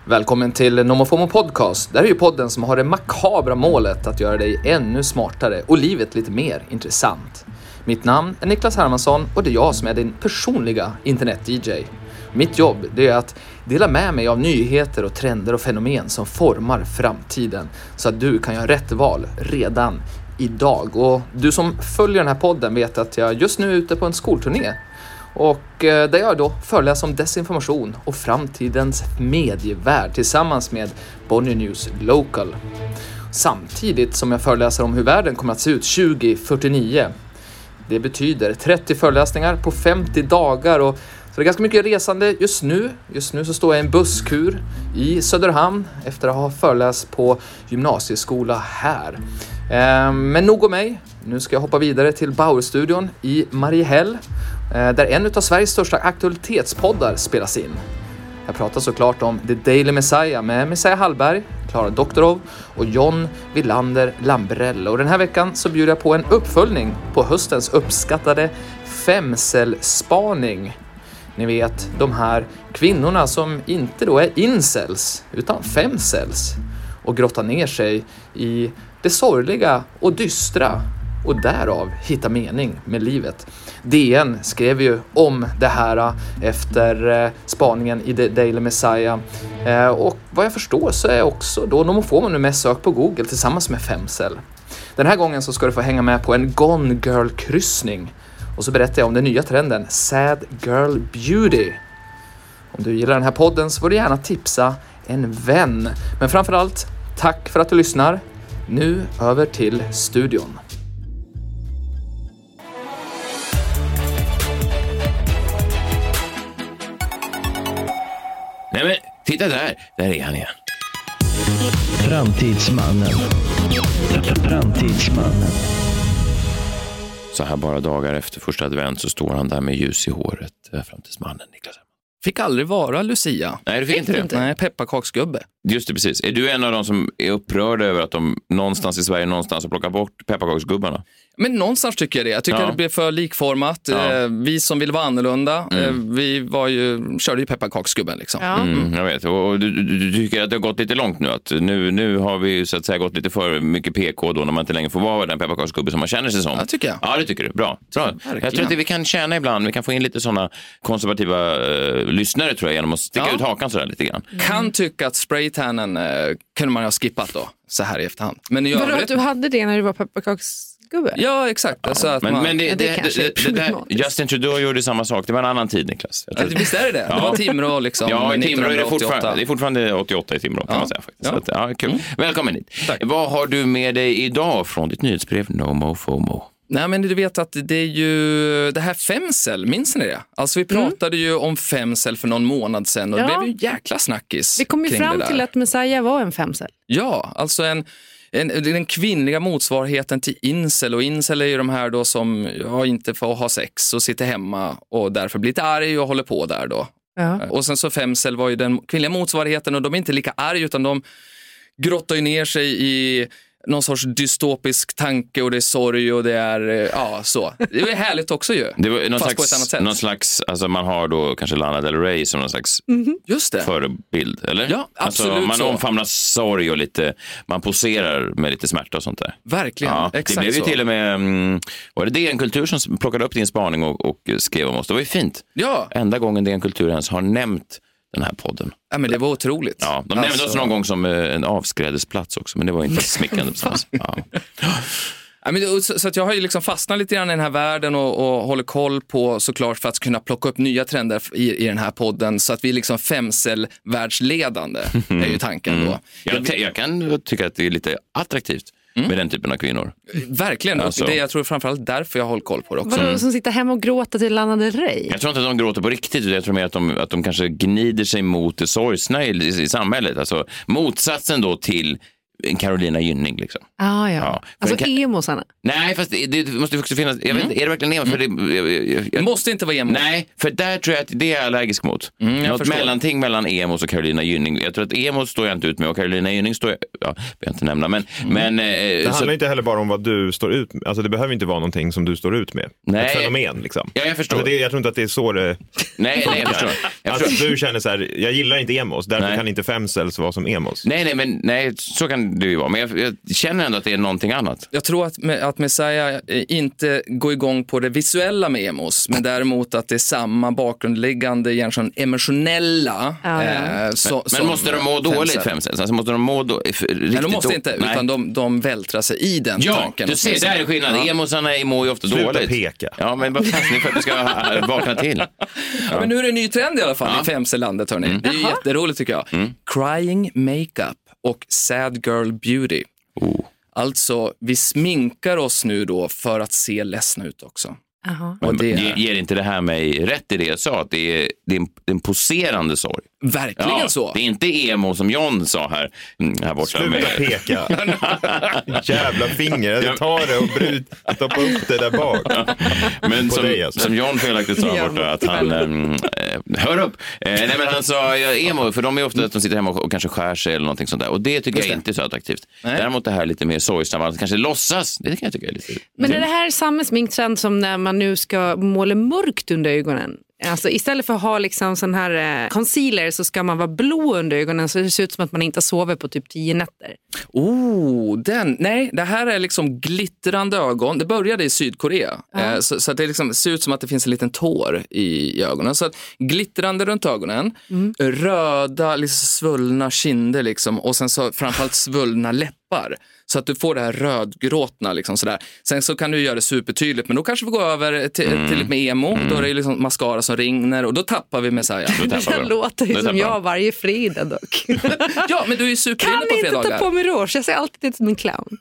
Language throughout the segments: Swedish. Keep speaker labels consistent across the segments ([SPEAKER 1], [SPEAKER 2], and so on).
[SPEAKER 1] Välkommen till NomoFomo Podcast. Det här är ju podden som har det makabra målet att göra dig ännu smartare och livet lite mer intressant. Mitt namn är Niklas Hermansson och det är jag som är din personliga internet-DJ. Mitt jobb det är att dela med mig av nyheter och trender och fenomen som formar framtiden så att du kan göra rätt val redan idag. Och du som följer den här podden vet att jag just nu är ute på en skolturné. Och där jag då föreläser om desinformation och framtidens medievärld tillsammans med Bonnier News Local. Samtidigt som jag föreläser om hur världen kommer att se ut 2049. Det betyder 30 föreläsningar på 50 dagar och så det är ganska mycket resande just nu. Just nu så står jag i en busskur i Söderhamn efter att ha föreläst på gymnasieskola här. Men nog om mig. Nu ska jag hoppa vidare till Bauer-studion i Mariehäll där en av Sveriges största aktualitetspoddar spelas in. Jag pratar såklart om The Daily Messiah med Messiah Hallberg, Klara Doktorov och John Wilander Lambrell. Och den här veckan så bjuder jag på en uppföljning på höstens uppskattade femcellspaning. Ni vet, de här kvinnorna som inte då är incels utan femcells och grottar ner sig i det sorgliga och dystra och därav hitta mening med livet. DN skrev ju om det här efter spaningen i The Daily Messiah. Och vad jag förstår så är också då NomoFomo nu mest sök på Google tillsammans med femcell. Den här gången så ska du få hänga med på en Gone Girl-kryssning. Och så berättar jag om den nya trenden Sad Girl Beauty. Om du gillar den här podden så får du gärna tipsa en vän. Men framförallt, tack för att du lyssnar. Nu över till studion.
[SPEAKER 2] Nej men, titta där är han igen.
[SPEAKER 3] Framtidsmannen.
[SPEAKER 2] Så här bara dagar efter första advent så står han där med ljus i håret, framtidsmannen Niklas.
[SPEAKER 1] Fick aldrig vara Lucia.
[SPEAKER 2] Nej, du fick inte det.
[SPEAKER 1] Nej, pepparkaksgubbe.
[SPEAKER 2] Just det, precis. Är du en av dem som är upprörda över att de någonstans i Sverige någonstans har plockat bort pepparkaksgubbarna?
[SPEAKER 1] Men någonstans tycker jag det. Jag tycker att det blir för likformat. Ja. Vi som vill vara annorlunda, vi körde ju pepparkaksgubben liksom.
[SPEAKER 2] Ja. Jag vet. Och du tycker att det har gått lite långt nu. Att nu har vi så att säga gått lite för mycket PK då när man inte längre får vara den pepparkaksgubbe som man känner sig som.
[SPEAKER 1] Ja, tycker jag.
[SPEAKER 2] Ja, det tycker du. Bra. Jag tror att vi kan tjäna ibland. Vi kan få in lite sådana konservativa lyssnare tror jag genom att sticka ut hakan sådär lite grann.
[SPEAKER 1] Kan tycka att spraytannen kunde man ha skippat då så här i efterhand. Men i
[SPEAKER 4] vadå
[SPEAKER 1] övrigt...
[SPEAKER 4] att du hade det när du var pepparkaksgubbe?
[SPEAKER 1] Ja, exakt.
[SPEAKER 2] Ja.
[SPEAKER 1] Alltså att
[SPEAKER 2] men det
[SPEAKER 4] där,
[SPEAKER 2] Justin Trudeau gjorde samma sak. Det var en annan tid, Niklas.
[SPEAKER 1] Visst är det? Ja. Det var Timrå liksom.
[SPEAKER 2] Ja, i Timrå
[SPEAKER 1] 1988.
[SPEAKER 2] det är fortfarande 88 i Timrå kan man säga faktiskt.
[SPEAKER 1] Ja.
[SPEAKER 2] Så att, kul. Välkommen hit.
[SPEAKER 1] Tack.
[SPEAKER 2] Vad har du med dig idag från ditt nyhetsbrev NomoFomo?
[SPEAKER 1] Nej, men du vet att det är ju det här femcell, minns ni det? Alltså vi pratade ju om femcell för någon månad sedan och det blev ju jäkla snackis.
[SPEAKER 4] Vi kom ju fram till att Messiah var en femcell.
[SPEAKER 1] Ja, alltså den kvinnliga motsvarigheten till incel, och incel är ju de här då som inte får ha sex och sitter hemma och därför blir lite arg och håller på där då. Ja. Och sen så femcell var ju den kvinnliga motsvarigheten och de är inte lika arg utan de grottar ju ner sig i någon sorts dystopisk tanke och det är sorg och det är, så. Det är härligt också ju.
[SPEAKER 2] Det var
[SPEAKER 1] fast på ett annat sätt.
[SPEAKER 2] Någon slags, alltså man har då kanske Lana Del Rey som någon slags
[SPEAKER 1] just det.
[SPEAKER 2] förebild, eller?
[SPEAKER 1] Ja, absolut
[SPEAKER 2] alltså, man
[SPEAKER 1] så.
[SPEAKER 2] omfamnar sorg och lite, man poserar med lite smärta och sånt där.
[SPEAKER 1] Verkligen, exakt så.
[SPEAKER 2] Det blev ju till och med, var det DN Kultur som plockade upp din spaning och skrev om oss? Det var ju fint.
[SPEAKER 1] Ja.
[SPEAKER 2] Enda gången DN Kultur ens har nämnt den här podden.
[SPEAKER 1] Ja, men det var otroligt.
[SPEAKER 2] Ja, de nämnde oss någon gång som en avskrädesplats också, men det var inte smickrande. Ja.
[SPEAKER 1] Ja, men, så att jag har ju liksom fastnat lite grann i den här världen och håller koll på såklart för att kunna plocka upp nya trender i den här podden så att vi är liksom femcell-världsledande är ju tanken då.
[SPEAKER 2] Jag kan tycka att det är lite attraktivt med den typen av kvinnor.
[SPEAKER 1] Verkligen,
[SPEAKER 2] alltså.
[SPEAKER 1] Det jag tror framförallt därför jag håller koll på det också.
[SPEAKER 4] Vadå, som sitter hemma och gråter till Lana Del Rey?
[SPEAKER 2] Jag tror inte att de gråter på riktigt, jag tror mer att de kanske gnider sig mot det sorgsna i samhället. Alltså motsatsen då till Carolina Gynning liksom.
[SPEAKER 4] Ja. Alltså emosarna.
[SPEAKER 2] Nej, fast det måste också finnas... Jag vet inte, är det verkligen emos? För
[SPEAKER 1] det måste inte vara emo.
[SPEAKER 2] Nej, för där tror jag att det är jag allergisk mot. Något mellanting mellan emos och Carolina Gynning. Jag tror att emos står jag inte ut med och Carolina Gynning står jag inte nämna. Men
[SPEAKER 3] det handlar inte heller bara om vad du står ut med. Alltså det behöver inte vara någonting som du står ut med.
[SPEAKER 2] Nej.
[SPEAKER 3] Ett fenomen liksom.
[SPEAKER 2] Ja, jag förstår.
[SPEAKER 3] Alltså jag tror inte att det är så det...
[SPEAKER 2] Nej, jag förstår.
[SPEAKER 3] Alltså du känner så här, jag gillar inte emos, därför kan inte femcells vara som emos.
[SPEAKER 2] Nej, så kan det ju vara. Men jag känner ändå att det är någonting annat.
[SPEAKER 1] Jag tror att Messiah inte går igång på det visuella med emos, men däremot att det är samma bakgrundliggande, egentligen emotionella.
[SPEAKER 2] Men måste de må dåligt femcells? Alltså måste de må
[SPEAKER 1] Nej, de måste inte, utan de vältrar sig i den tanken.
[SPEAKER 2] Ja, du ser, där är skillnaden. Emosarna mår ju ofta dåligt.
[SPEAKER 3] Sluta peka.
[SPEAKER 2] Ja, men vad fast ni för att du ska vakna till.
[SPEAKER 1] Ja, men nu är det en ny trend i alla fall i femcellandet, hörni. Det är ju jätteroligt tycker jag. Crying makeup och sad girl beauty. Alltså, vi sminkar oss nu då för att se ledsna ut också.
[SPEAKER 2] Men ger inte det här mig rätt i det jag sa? Att det är en poserande sorg.
[SPEAKER 1] Verkligen så.
[SPEAKER 2] Det är inte emo som John sa här borta.
[SPEAKER 3] Sluta peka. Jävla finger. Jag tar det och stoppar upp det där bak.
[SPEAKER 2] Men som John felaktigt sa borta att han... hör upp. Nej, men han sa emo, för de är ofta att de sitter hemma och kanske skär sig eller någonting sånt där. Och det tycker jag inte är så attraktivt. Däremot det här lite mer sorgsamt, kanske låtsas. Det kan jag tycka är lite...
[SPEAKER 4] Men är det här samma sminktrend som när man nu ska måla mörkt under ögonen? Alltså istället för att ha liksom sån här concealer så ska man vara blå under ögonen så det ser ut som att man inte sover på typ 10 nätter.
[SPEAKER 1] Nej, det här är liksom glittrande ögon. Det började i Sydkorea. Så att det liksom ser ut som att det finns en liten tår i ögonen. Så att glittrande runt ögonen, röda, liksom svullna kinder liksom, och sen så framförallt svullna läppar. Så att du får det här rödgråtna liksom sådär. Sen så kan du göra det supertydligt, men då kanske vi går över till lite mer emo. Då är det liksom mascara som rinner och då tappar vi Messiah.
[SPEAKER 4] Det låter ju som jag varje fredag dock.
[SPEAKER 1] Ja, men du är ju superinne på fredagar.
[SPEAKER 4] Kan inte ta på mig rouge? Jag ser alltid ut som en clown.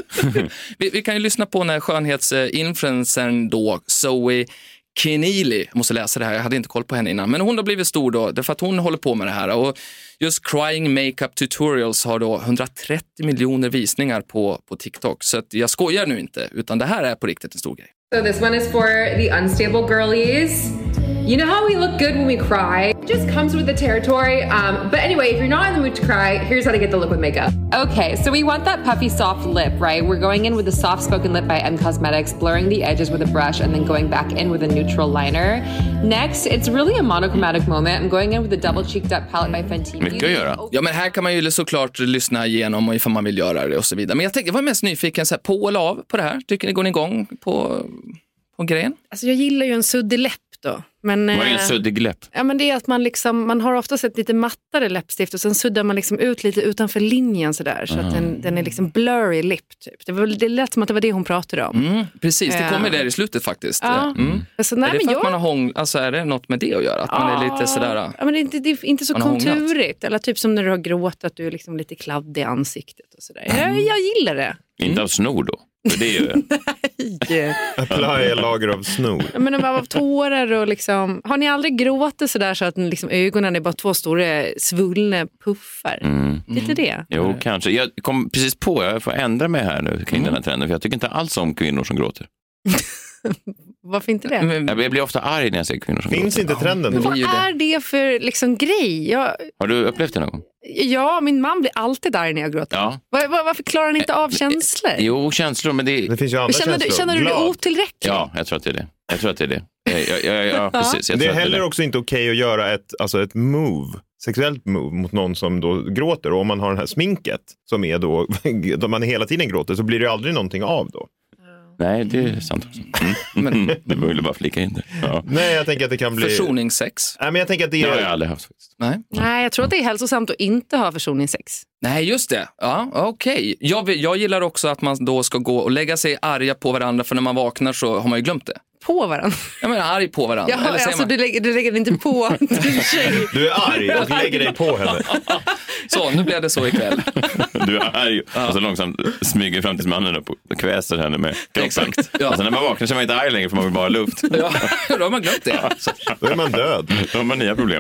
[SPEAKER 1] vi kan ju lyssna på när skönhetsinfluencern då, Zoe Keneally, jag måste läsa det här, jag hade inte koll på henne innan, men hon har blivit stor då, därför att hon håller på med det här, och just crying makeup tutorials har då 130 miljoner visningar på TikTok, så att jag skojar nu inte, utan det här är på riktigt en stor grej.
[SPEAKER 5] So this one is for the unstable girlies. You know how we look good when we cry? It just comes with the territory. But anyway, if you're not in the mood to cry, here's how to get the look with makeup. Okay, so we want that puffy soft lip, right? We're going in with the soft spoken lip by M Cosmetics, blurring the edges with a brush, and then going back in with a neutral liner. Next, it's really a monochromatic moment. I'm going in with the double cheeked up palette by Fenty.
[SPEAKER 2] Mycket att göra.
[SPEAKER 1] Ja, men här kan man ju såklart lyssna igenom och ifall man vill göra det och så vidare. Men jag var mest nyfiken så här, på eller av på det här. Tycker ni går ni igång på grejen?
[SPEAKER 4] Alltså jag gillar ju en suddig läpp då. Men,
[SPEAKER 2] vad är en suddig läpp?
[SPEAKER 4] Ja, men det är att man har ofta sett lite mattare läppstift och sen suddar man liksom ut lite utanför linjen sådär. Så att den är liksom blurry lip typ. Det lät som att det var det hon pratade om.
[SPEAKER 1] Precis, det kommer där i slutet faktiskt.
[SPEAKER 4] Ja. Alltså, nej,
[SPEAKER 1] är det
[SPEAKER 4] men
[SPEAKER 1] för att man har alltså är det något med det att göra? Att man är lite sådär...
[SPEAKER 4] Ja, men det är inte så konturigt. Eller typ som när du har gråtit att du är liksom lite kladdig i ansiktet och sådär. Jag gillar det.
[SPEAKER 2] Inte av snor då? För det är ju...
[SPEAKER 4] Nej.
[SPEAKER 3] Apply lager av snor.
[SPEAKER 4] Men de var av tårar och liksom... Har ni aldrig gråtit sådär så att liksom ögonen är bara 2 stora svullna puffar? Lite det?
[SPEAKER 2] Jo, kanske. Jag kom precis på, jag får ändra mig här nu kring den här trenden. För jag tycker inte alls om kvinnor som gråter.
[SPEAKER 4] Varför inte det?
[SPEAKER 2] Jag blir ofta arg när jag ser kvinnor som
[SPEAKER 3] Finns
[SPEAKER 2] gråter.
[SPEAKER 3] inte trenden då?
[SPEAKER 4] Vad är det för liksom grej?
[SPEAKER 2] Har du upplevt det någon gång?
[SPEAKER 4] Ja, min man blir alltid arg när jag gråter.
[SPEAKER 2] Ja.
[SPEAKER 4] Varför klarar han inte av känslor?
[SPEAKER 2] Jo, känslor, men det
[SPEAKER 3] finns ju andra känslor.
[SPEAKER 4] Känner du dig otillräcklig?
[SPEAKER 2] Ja, jag tror att det är det. Ja, precis.
[SPEAKER 3] Det är heller också inte okej att göra ett sexuellt move mot någon som då gråter. Och om man har det här sminket som är då man hela tiden gråter, så blir det aldrig någonting av då.
[SPEAKER 2] Nej, det är sant också. Men det borde bara flika in det. Ja.
[SPEAKER 3] Nej, jag tänker att det kan bli...
[SPEAKER 1] Försoningssex?
[SPEAKER 3] Nej, men jag tänker att det är...
[SPEAKER 2] Det har jag aldrig haft faktiskt.
[SPEAKER 4] Nej, jag tror att det är hälsosamt att inte ha försoningssex.
[SPEAKER 1] Nej, just det. Ja, okej. Jag gillar också att man då ska gå och lägga sig arga på varandra, för när man vaknar så har man ju glömt det.
[SPEAKER 4] På varandra?
[SPEAKER 1] Jag menar arg på varandra.
[SPEAKER 4] Ja,
[SPEAKER 1] eller
[SPEAKER 4] alltså du lägger inte på din tjej.
[SPEAKER 3] Du är arg och lägger dig på henne.
[SPEAKER 1] Så, nu blev det så ikväll.
[SPEAKER 2] Du är arg och så långsamt smyger fram till mannen och kväser henne med kroppen.
[SPEAKER 1] Exakt. Ja.
[SPEAKER 2] Alltså när man vaknar så är man inte arg längre, för man vill bara ha luft.
[SPEAKER 1] Ja, då har man glömt det.
[SPEAKER 3] Då är man död.
[SPEAKER 2] Då har man nya problem.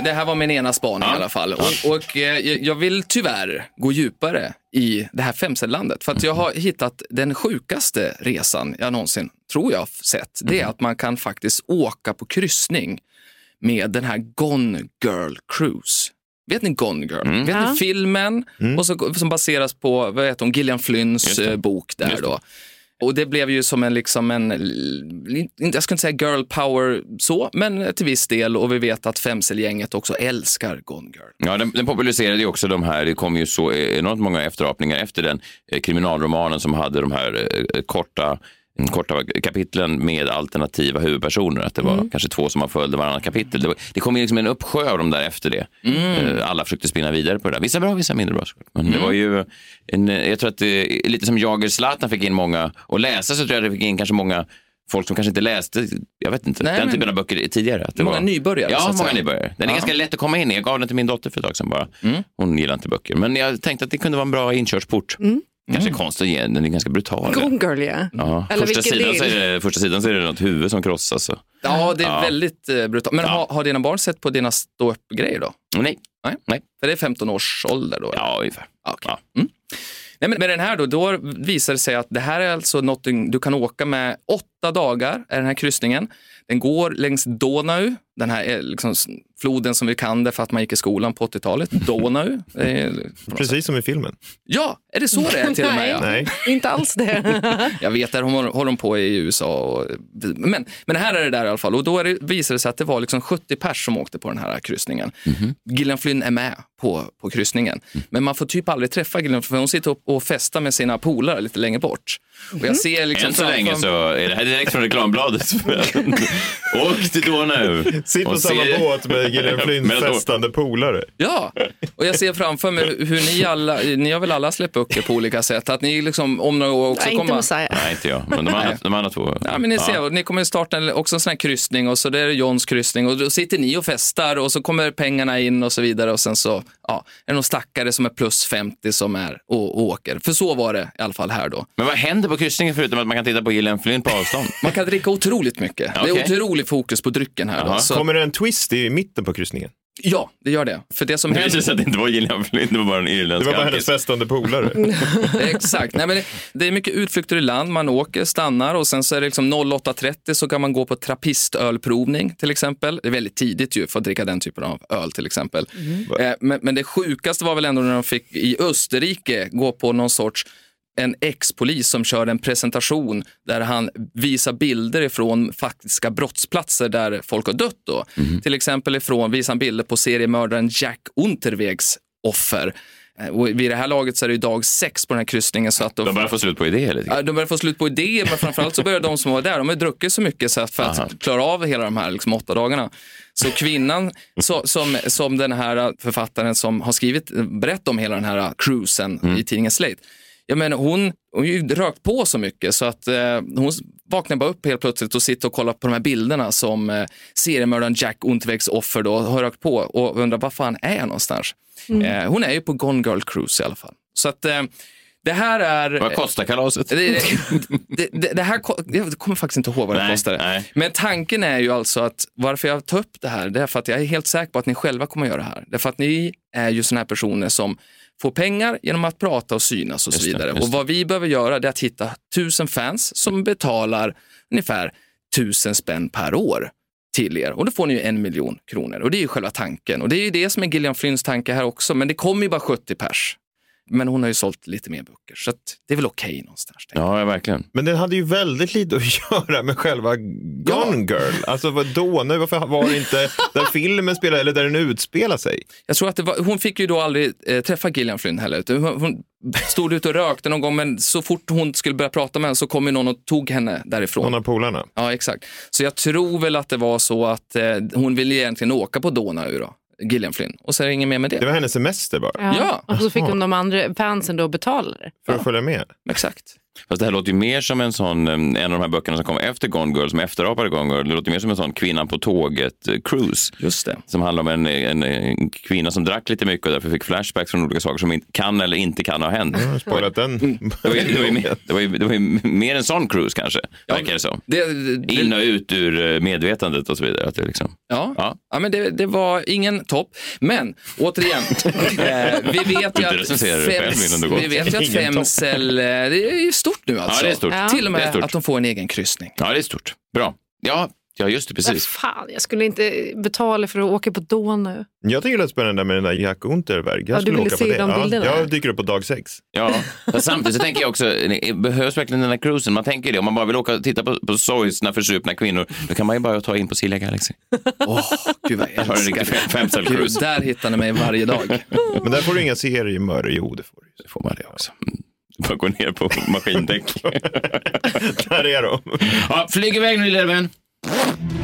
[SPEAKER 1] det här var min ena spaning i alla fall. Och jag vill tyvärr gå djupare i det här femcellandet. För att jag har hittat den sjukaste resan jag någonsin tror jag har sett. Det är att man kan faktiskt åka på kryssning med den här Gone Girl Cruise. Vet ni Gone Girl? Vet ni filmen? Och som baseras på Gillian Flynns bok där då. Och det blev ju som jag ska inte säga girl power så, men till viss del. Och vi vet att femcelgänget också älskar Gone Girl.
[SPEAKER 2] Ja, den populariserade ju också de här, det kom ju så enormt många efterapningar efter den kriminalromanen som hade de här korta kapitlen med alternativa huvudpersoner. Att det var kanske 2 som har följt varannan kapitel. Det kom ju liksom en uppsjö av dem där efter det. Alla försökte spinna vidare på det där. Vissa bra, vissa mindre bra. Men det var ju jag tror att det, lite som Jager Zlatan fick in många och läsa, så tror jag det fick in kanske många folk som kanske inte läste, jag vet inte, den typen av böcker tidigare. Att det
[SPEAKER 1] många nybörjare.
[SPEAKER 2] Ja, många nybörjare. Den är ganska lätt att komma in i. Jag gav den till min dotter för ett tag sedan bara. Hon gillar inte böcker. Men jag tänkte att det kunde vara en bra inkörsport. Kanske konstigt igen, den är ganska brutal.
[SPEAKER 4] Gone Girl, ja. Eller
[SPEAKER 2] första sidan så är det något huvud som krossas. Så.
[SPEAKER 1] Ja, det är väldigt brutalt. Men har dina barn sett på dina stå-upp-grejer då?
[SPEAKER 2] Nej.
[SPEAKER 1] För det är 15 års ålder då?
[SPEAKER 2] Ja, ungefär.
[SPEAKER 1] Okay. Nej, men med den här då visar det sig att det här är alltså något du kan åka med 8 dagar, är den här kryssningen. Den går längs Donau, den här liksom floden som vi kan det för att man gick i skolan på 80-talet. Donau.
[SPEAKER 3] Precis som i filmen.
[SPEAKER 1] Ja, är det så det är till och med?
[SPEAKER 3] Nej,
[SPEAKER 4] inte alls det.
[SPEAKER 1] Jag vet, där håller de på i USA. Men här är det där i alla fall. Och då visade det sig att det var liksom 70 pers som åkte på den här kryssningen. Gillian Flynn är med på kryssningen. Men man får typ aldrig träffa Gillian Flynn. Hon sitter och festar med sina polare lite längre bort. Och jag ser liksom...
[SPEAKER 2] Än så länge så är det här direkt från reklambladet. Åk till Donau.
[SPEAKER 3] Sitt på samma båt med Gillian Flynn festande polare.
[SPEAKER 1] Ja, och jag ser framför mig hur ni har väl alla släppt böcker på olika sätt. Att ni liksom om några år också kommer...
[SPEAKER 2] Nej, inte jag. Men de andra 2.
[SPEAKER 1] Ja, men ni ser, ni kommer starta också en sån här kryssning och så det är Johns kryssning och då sitter ni och festar och så kommer pengarna in och så vidare och sen så är det någon stackare som är plus 50 som är och åker. För så var det i alla fall här då.
[SPEAKER 2] Men vad händer på kryssningen förutom att man kan titta på Gillian Flynn på avstånd?
[SPEAKER 1] Man kan dricka otroligt mycket. Okay. Det är otroligt fokus på drycken här då. Så...
[SPEAKER 3] Kommer det en twist i mitten på kryssningen?
[SPEAKER 1] Ja, det gör det. För det som
[SPEAKER 2] händer... visade sig att det inte var Gillian Flynn, det var bara en irländsk.
[SPEAKER 3] Det var bara hennes festande polare.
[SPEAKER 1] Exakt. Nej, men det är mycket utflykter i land. Man åker, stannar och sen så är det liksom 08.30 så kan man gå på trappistölprovning till exempel. Det är väldigt tidigt ju för att dricka den typen av öl till exempel. Men det sjukaste var väl ändå när de fick i Österrike gå på någon sorts en ex-polis som kör en presentation där han visar bilder ifrån faktiska brottsplatser där folk har dött då. Till exempel visar han bilder på seriemördaren Jack Unterwegs offer. Och vid det här laget så är det ju dag 6 på den här kryssningen. Så att
[SPEAKER 2] de börjar få slut på idéer?
[SPEAKER 1] Ja, de börjar få slut på idéer, men framförallt så börjar de som var där, de har druckit så mycket så att för att klara av hela de här liksom 8 dagarna. Så kvinnan som den här författaren som har berättat om hela den här cruisen i tidningen Slate. Jag menar, hon har ju rökt på så mycket så att hon vaknar bara upp helt plötsligt och sitter och kollar på de här bilderna som seriemördaren Jack Unterwegs offer då har rökt på och undrar vad fan är jag någonstans. Hon är ju på Gone Girl Cruise i alla fall. Så att det här är...
[SPEAKER 2] Vad kostar kalaset?
[SPEAKER 1] Det här, jag kommer faktiskt inte ihåg vad det kostar. Nej. Men tanken är ju alltså att varför jag tar upp det här, det är för att jag är helt säker på att ni själva kommer göra det här. Det är för att ni är ju såna här personer som får pengar genom att prata och synas och så vidare. Och vad vi behöver göra är att hitta 1000 fans som betalar ungefär 1000 spänn per år till er. Och då får ni ju 1 miljon kronor. Och det är ju själva tanken. Och det är ju det som är Gillian Flynns tanke här också. Men det kommer ju bara 70 pers. Men hon har ju sålt lite mer böcker. Så att det är väl okej någonstans.
[SPEAKER 2] Ja, verkligen.
[SPEAKER 3] Men den hade ju väldigt lite att göra med själva Gone Girl. Alltså varför var det inte där filmen spelar eller där den utspelar sig?
[SPEAKER 1] Jag tror att hon fick ju då aldrig träffa Gillian Flynn heller. Hon stod ut och rökte någon gång, men så fort hon skulle börja prata med henne så kom ju någon och tog henne därifrån.
[SPEAKER 3] Hon har polarna.
[SPEAKER 1] Ja, exakt. Så jag tror väl att det var så att hon ville egentligen åka på Donau då. Gillian Flynn. Och så är det ingen mer med det.
[SPEAKER 3] Det var hennes semester bara.
[SPEAKER 1] Ja.
[SPEAKER 4] Och så fick hon de andra fansen då betala det.
[SPEAKER 3] För att följa med.
[SPEAKER 1] Exakt.
[SPEAKER 2] Fast det här låter ju mer som en sån, en av de här böckerna som kom efter Gone Girl, som efterapade Gone Girl. Det låter mer som en sån kvinnan på tåget cruise.
[SPEAKER 1] Just det.
[SPEAKER 2] Som handlar om en kvinna som drack lite mycket och därför fick flashbacks från olika saker som kan eller inte kan ha hänt.
[SPEAKER 3] Jag har spoilat den.
[SPEAKER 2] Det var ju mer en sån cruise kanske, verkar det som. In och ut ur medvetandet och så vidare. Att det liksom,
[SPEAKER 1] ja, men det var ingen topp. Men återigen, vi vet ju att Femsel, det är ju stort nu alltså.
[SPEAKER 2] Ja, det är stort.
[SPEAKER 1] Till och med att de får en egen kryssning.
[SPEAKER 2] Ja, det är stort. Bra. Ja, just det, precis.
[SPEAKER 4] Fan, jag skulle inte betala för att åka på Dawn nu.
[SPEAKER 3] Jag tycker det är spännande med den där Jack Unterberg. Jag skulle åka på det. Jag dyker upp på dag 6.
[SPEAKER 2] Ja, samtidigt så tänker jag också, behövs verkligen den här cruisen? Man tänker det, om man bara vill åka och titta på sorgsna försupna kvinnor, då kan man ju bara ta in på Silja Galaxy.
[SPEAKER 1] Gud vad jag
[SPEAKER 2] har en riktig femsel-cruise.
[SPEAKER 1] Där hittar ni mig varje dag.
[SPEAKER 3] Men där får du inga seriemördare. Jo, det får du.
[SPEAKER 2] Det får man det också. Bara gå ner på maskindäck.
[SPEAKER 3] Där är de.
[SPEAKER 2] Ja, flyg iväg nu, lilla vän.